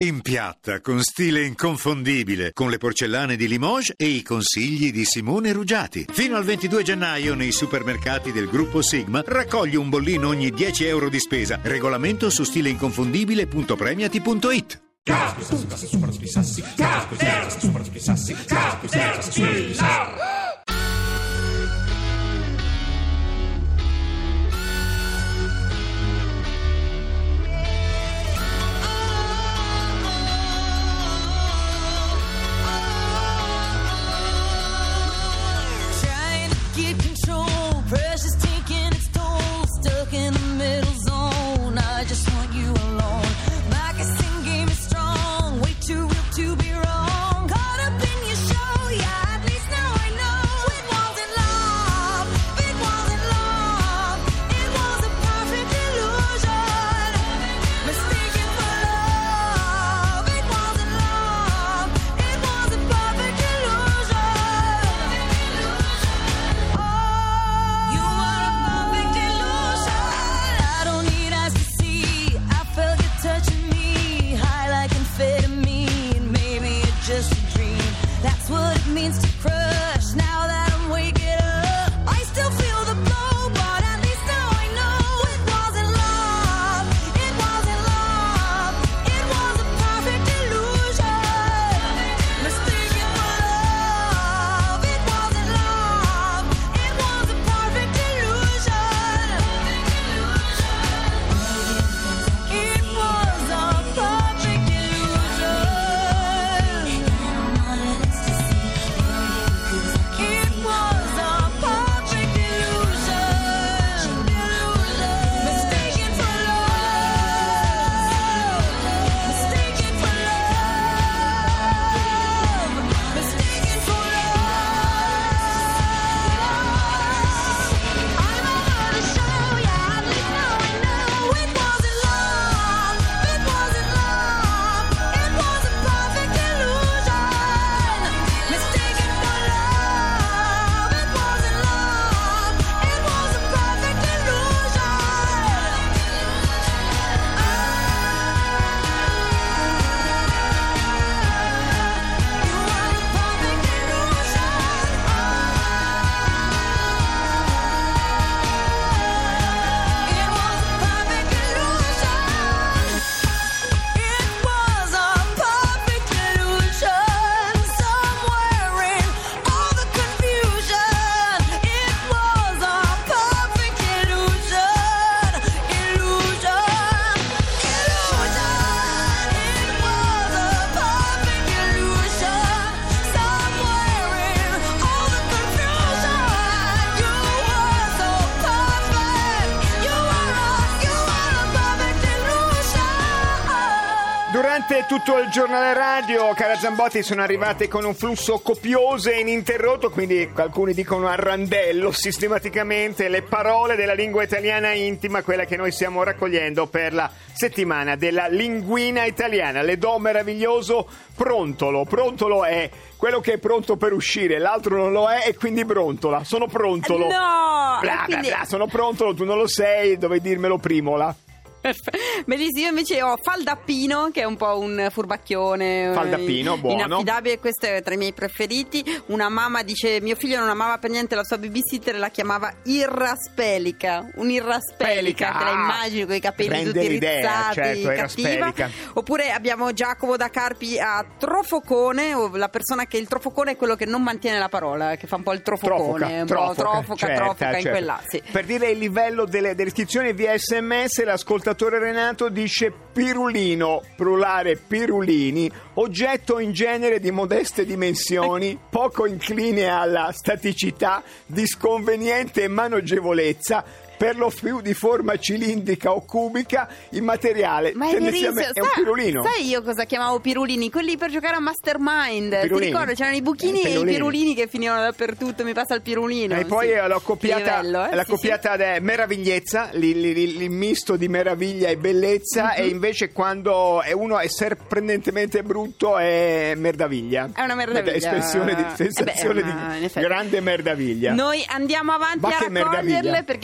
In piatta, con stile inconfondibile, con le porcellane di Limoges e i consigli di Simone Ruggiati. Fino al 22 gennaio nei supermercati del gruppo Sigma raccogli un bollino ogni 10 euro di spesa. Regolamento su stileinconfondibile.premiati.it. Get control, pressure's taking its toll. Stuck in the middle zone, I just want you alone. My guessing game is strong, way too real to be wrong. Caught up in your show, yeah, at least now I know. It wasn't love, it wasn't love. It was a perfect illusion. Mistaken for love, it wasn't love. It was a perfect illusion. You are a perfect illusion. I don't need eyes to see. I felt you touching me, high like amphetamine. Maybe it's just a dream. That's what it means to crush. Now that I'm waking up, I still feel the blow, but at least now I know it wasn't love. It wasn't love. It was a perfect illusion. Mistaken for love. It wasn't love. It was a perfect illusion. It was a perfect illusion. It was a perfect illusion. Mistaken for love. Mistaken for love. Mistaken for love. I'm over to show ya, at least now I know it wasn't love. It wasn't love. It was a perfect illusion. Mistaken for love. It wasn't love. It was a perfect illusion. You were a perfect illusion. It was a perfect illusion. Somewhere in all the confusion, it was a perfect illusion. Illusion. It was a perfect illusion. Somewhere in all the confusion, you were so perfect. You were a perfect illusion. Durante tutto il giornale radio, cara Zambotti, sono arrivate con un flusso copioso e ininterrotto, quindi alcuni dicono a randello, sistematicamente le parole della lingua italiana intima, quella che noi stiamo raccogliendo per la settimana della linguina italiana. Le do meraviglioso Prontolo. Prontolo è quello che è pronto per uscire, l'altro non lo è e quindi brontola. Sono Prontolo. No! Bla, Quindi- bla, bla, sono Prontolo, tu non lo sei, dovevi dirmelo primola. Bellissimo. Io invece ho Faldappino, che è un po' un furbacchione, Faldappino, buono. inaffidabile. Questo è tra i miei preferiti. Una mamma dice: mio figlio non amava per niente la sua babysitter e la chiamava Irraspelica. Un'irraspelica, te la immagini con i capelli Rende tutti l'idea, rizzati, certo, cattiva. Irraspelica. Oppure abbiamo Giacomo da Carpi a Trofocone, o la persona che il trofocone è quello che non mantiene la parola, che fa un po' il trofocone, un po' trofoca in certo. quella, sì. Per dire il livello delle iscrizioni via SMS, l'ascoltatore Renato dice pirulino, plurale pirulini, oggetto in genere di modeste dimensioni, poco incline alla staticità, di sconveniente maneggevolezza, per lo più di forma cilindrica o cubica, in materiale Ma è tendenzialmente verissimo. è un pirulino. Sai io cosa chiamavo pirulini? Quelli per giocare a Mastermind. Ti Pirulini. ricordo? C'erano i buchini e i Pirulini. pirulini che finivano dappertutto. Mi passa il pirulino. E poi sì. l'ho copiata, Che livello, l'ha Sì, copiata meravigliezza, il misto di meraviglia e bellezza, e invece quando uno è sorprendentemente brutto è merdaviglia. È una merdaviglia. Espressione di sensazione in di effetti. grande merdaviglia. Noi andiamo avanti Ma a che raccoglierle merdaviglia. perché dobbiamo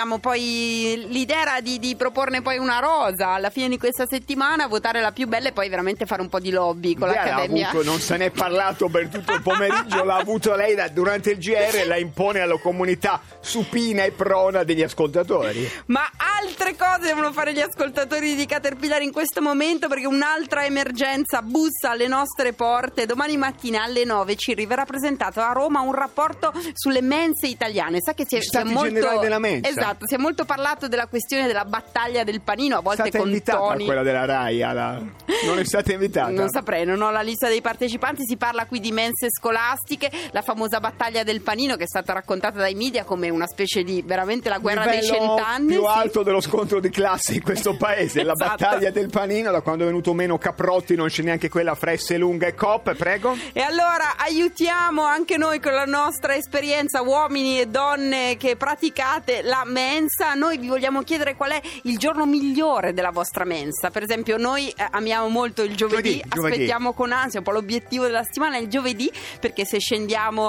abbiamo poi l'idea era di proporne poi una rosa alla fine di questa settimana, votare la più bella e poi veramente fare un po' di lobby con l'Accademia. Non se ne è parlato per tutto il pomeriggio, l'ha avuto lei durante il GR e la impone alla comunità supina e prona degli ascoltatori. Ma altre cose devono fare gli ascoltatori di Caterpillar in questo momento, perché un'altra emergenza bussa alle nostre porte. Domani mattina alle 9 ci verrà presentato a Roma un rapporto sulle mense italiane. Sa che si è molto della mensa. Esatto, si è molto parlato della questione della battaglia del panino, a volte stata con invitata toni. A quella della Rai non è stata invitata? Non saprei, non ho la lista dei partecipanti. Si parla qui di mense scolastiche, la famosa battaglia del panino che è stata raccontata dai media come una specie di veramente la guerra dei 100 anni. Più alto dello scontro di classe in questo paese. Esatto. La battaglia del panino, da quando è venuto meno Caprotti non c'è neanche quella fra Esse Lunga e Coop, prego. E allora aiutiamo anche noi con la nostra esperienza, uomini e donne che praticate la mensa. Noi vi vogliamo chiedere qual è il giorno migliore della vostra mensa. Per esempio noi amiamo molto il giovedì. Aspettiamo con ansia, un po' l'obiettivo della settimana è il giovedì, perché se scendiamo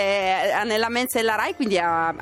nella mensa della Rai, quindi a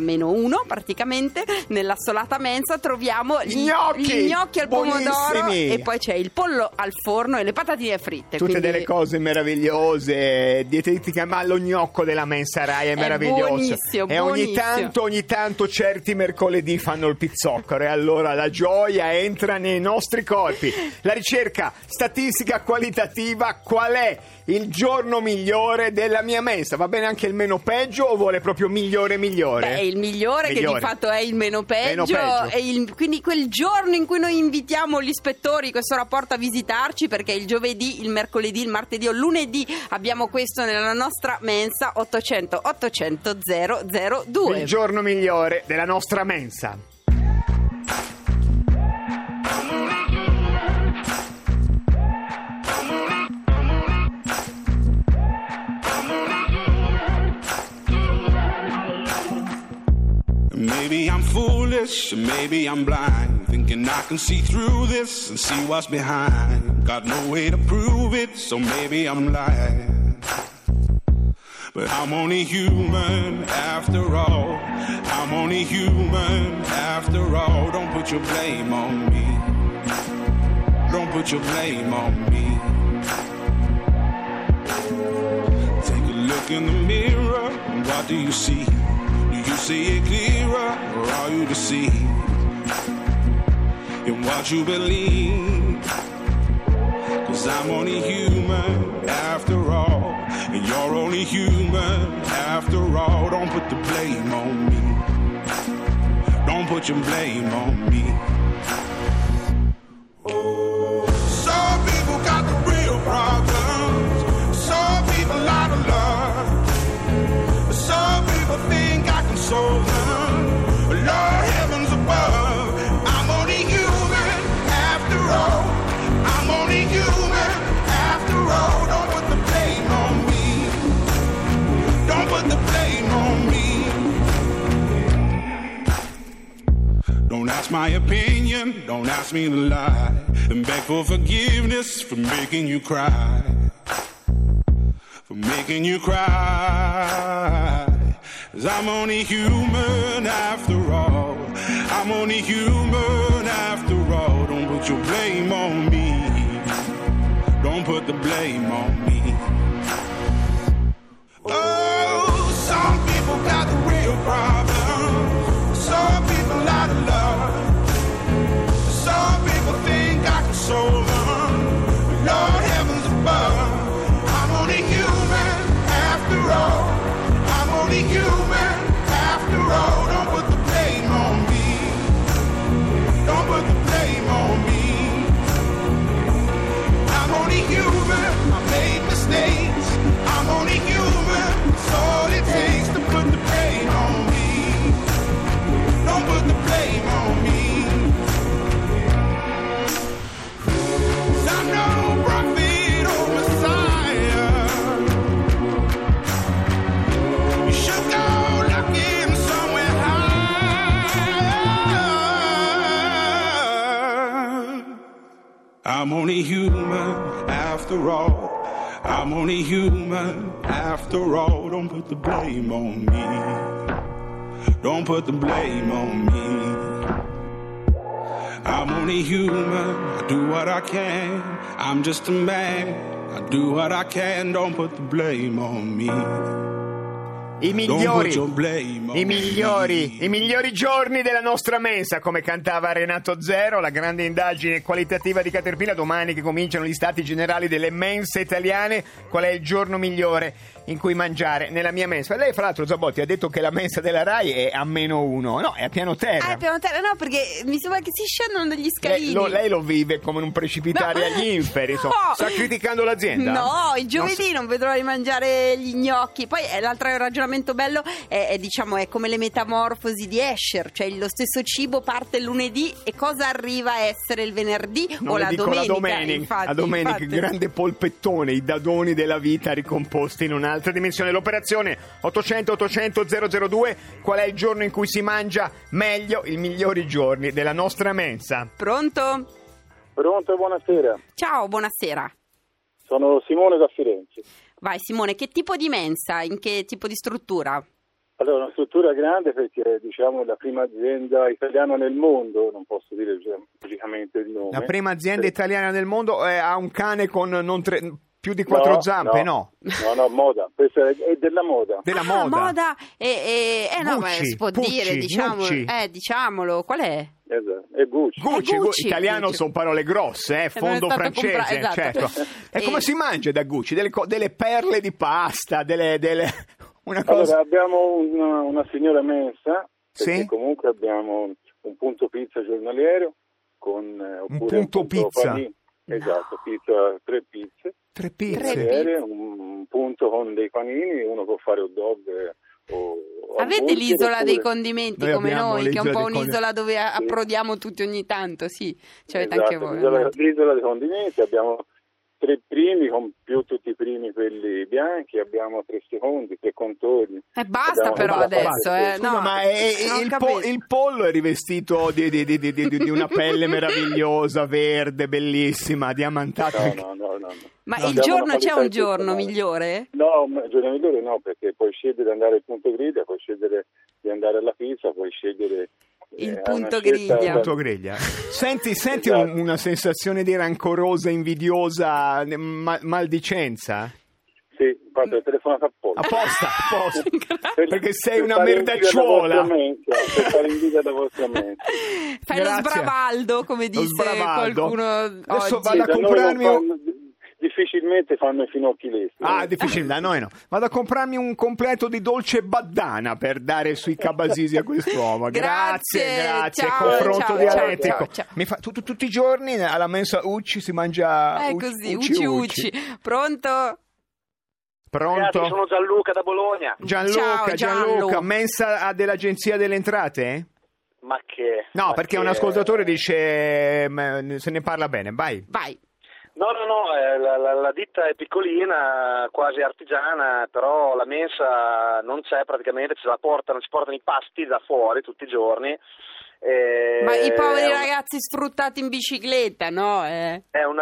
-1 praticamente, nell'assolata mensa troviamo gli gnocchi al pomodoro e poi c'è il pollo al forno e le patatine fritte. Tutte quindi delle cose meravigliose, dietetica, ma lo gnocco della mensa Rai è meraviglioso. Buonissimo, e ogni tanto certi mercoledì fanno il pizzocchero e allora la gioia entra nei nostri corpi. La ricerca statistica qualitativa: qual è il giorno migliore della mia mensa? Va bene anche il meno peggio o vuole proprio migliore? Beh, il migliore, che di fatto è il meno peggio. Quindi quel giorno in cui noi invitiamo gli ispettori questo rapporto a visitarci, perché il giovedì, il mercoledì, il martedì o il lunedì abbiamo questo nella nostra mensa. 800 800 002. Il giorno migliore della nostra mensa. Maybe I'm foolish, maybe I'm blind, thinking I can see through this and see what's behind. Got no way to prove it, so maybe I'm lying. But I'm only human after all. I'm only human after all. Don't put your blame on me. Don't put your blame on me. Take a look in the mirror, and what do you see? You see it clearer, or are you deceived in what you believe? 'Cause I'm only human after all, and you're only human after all. Don't put the blame on me. Don't put your blame on me. Some people got the real problems. Some people out of love. Some people think I can solve them. Lord heavens above, I'm only human after all. I'm only human after all. Don't put the blame on me. Don't put the blame on me. Don't ask my opinion, don't ask me to lie, and beg for forgiveness for making you cry. For making you cry. 'Cause I'm only human after all. I'm only human after all. Don't put your blame on me. Don't put the blame on me. Oh, some people got the real problem. Some people out of love. Some people think I can solve them. Lord heavens above, I'm only human after all. I'm only human after all. Don't put the blame on me. Don't put the blame on me. I'm only human. I made mistakes. I'm only human. It's all it takes to put the blame on me. Don't put the blame on me. 'Cause I'm no prophet or Messiah. You should go looking somewhere higher. I'm only human after all. I'm only human after all. Don't put the blame on me. Don't put the blame on me. I'm only human, I do what I can. I'm just a man, I do what I can. Don't put the blame on me. I migliori giorni della nostra mensa, come cantava Renato Zero, la grande indagine qualitativa di Caterpillar. Domani che cominciano gli stati generali delle mense italiane. Qual è il giorno migliore in cui mangiare nella mia mensa? Lei, fra l'altro, Zambotti, ha detto che la mensa della Rai è a -1. No, è a piano terra. A piano terra, no, perché mi sembra che si scendono degli scalini. Lei lo vive come un precipitare agli inferi, insomma. No. Sta criticando l'azienda? No, il giovedì non vedrò di mangiare gli gnocchi. Poi l'altro ragionamento bello è come le metamorfosi di Escher, cioè lo stesso cibo parte il lunedì e cosa arriva a essere il venerdì o la domenica. La domenica, grande polpettone, i dadoni della vita ricomposti in un'altra dimensione. L'operazione 800 002, qual è il giorno in cui si mangia meglio, i migliori giorni della nostra mensa? Pronto? Pronto, buonasera. Ciao, buonasera. Sono Simone da Firenze. Vai Simone, che tipo di mensa? In che tipo di struttura? Allora, una struttura grande perché diciamo è la prima azienda italiana nel mondo, non posso dire logicamente il nome. La prima azienda italiana nel mondo ha un cane con più di 4 zampe, no? No, moda, questa è della moda. Della moda. No, ma si può dire, diciamolo, qual è? Esatto, è Gucci. Gucci. Italiano sono parole grosse, fondo francese, esatto. certo. E come si mangia da Gucci? Delle perle di pasta, una cosa. Allora, abbiamo una signora mensa, perché sì? comunque abbiamo un punto pizza giornaliero con oppure un punto pizza. Panini. Esatto, pizza, 3 pizze. 3 pizze. Un punto con dei panini, uno può fare hot dog o avete l'isola dei condimenti noi come noi, che è un po' l'isola un'isola dove approdiamo tutti ogni tanto, sì, ce l'avete esatto, anche voi. L'isola dei condimenti, abbiamo 3 primi con più tutti i primi quelli bianchi, abbiamo 3 secondi, 3 contorni. Basta però adesso, Scusa, no, ma il pollo è rivestito di una pelle meravigliosa, verde, bellissima, diamantata. No. Ma il giorno c'è un giorno migliore? No, il giorno migliore no, perché puoi scegliere di andare al punto griglia, puoi scegliere di andare alla pizza, puoi scegliere il punto griglia. Senti esatto. una sensazione di rancorosa, invidiosa, maldicenza? Sì, guarda, ho telefonato apposta. Perché sei per una fare merdacciuola. per fare invidia da vostra mente. Fai lo sbravaldo, come disse qualcuno Adesso oggi. vado a comprarmi difficilmente fanno i finocchi lesti. Difficile, da noi no. Vado a comprarmi un completo di dolce baddana per dare sui cabasisi a quest'uomo. Grazie. Ciao, confronto dialettico. ciao. Tutti i giorni alla mensa Ucci si mangia così, Ucci. Pronto? Ragazzi, sono Gianluca da Bologna. Gianluca, mensa dell'Agenzia delle Entrate? Ma che? No, perché un ascoltatore dice se ne parla bene, vai. No, la ditta è piccolina, quasi artigiana, però la mensa non c'è praticamente, ci portano i pasti da fuori tutti i giorni. Ma i poveri ragazzi sfruttati in bicicletta, no? In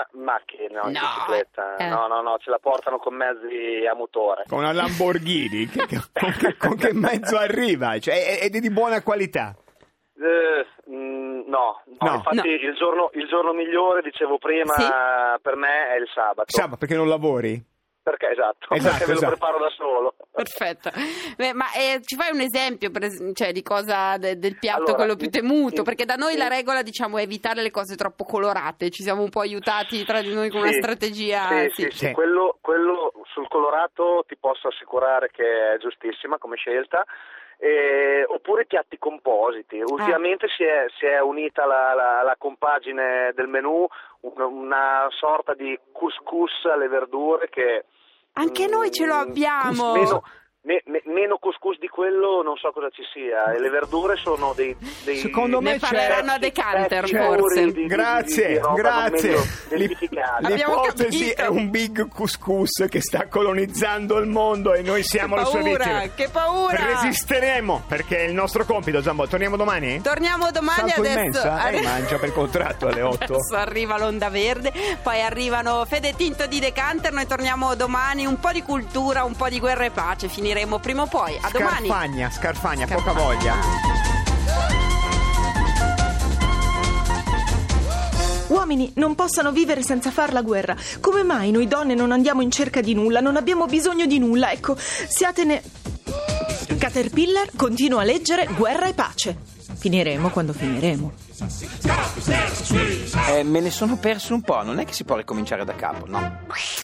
bicicletta, no, ce la portano con mezzi a motore. Con una Lamborghini, con che mezzo arriva? Cioè, è di buona qualità? No, infatti il giorno migliore, dicevo prima, sì? Per me è il sabato. Sabato, perché non lavori? Perché perché me lo preparo da solo. Perfetto. Ma ci fai un esempio di cosa del piatto, allora, quello più temuto? Perché da noi la regola è evitare le cose troppo colorate. Ci siamo un po' aiutati tra di noi con una strategia. Sì. Quello sul colorato ti posso assicurare che è giustissima come scelta. Oppure piatti compositi. Ultimamente si è unita la compagine del menù, una sorta di couscous alle verdure che anche noi ce lo abbiamo. Meno couscous di quello non so cosa ci sia, e le verdure sono dei secondo me ne parleranno a Decanter forse. Grazie. L'ipotesi è un big couscous che sta colonizzando il mondo e noi siamo le sue vittime. Che paura! Resisteremo, perché è il nostro compito. Zambo, torniamo domani? Torniamo domani. Salto adesso mangia per contratto alle 8. Adesso arriva l'Onda Verde, poi arrivano Fede Tinto di Decanter. Noi torniamo domani, un po' di cultura, un po' di guerra e pace. Finirà finiremo prima o poi. A domani. Scarfagna, poca voglia. Uomini non possano vivere senza far la guerra. Come mai noi donne non andiamo in cerca di nulla? Non abbiamo bisogno di nulla. Ecco, siatene... Caterpillar continua a leggere Guerra e pace. Finiremo quando finiremo. Me ne sono perso un po'. Non è che si può ricominciare da capo, no?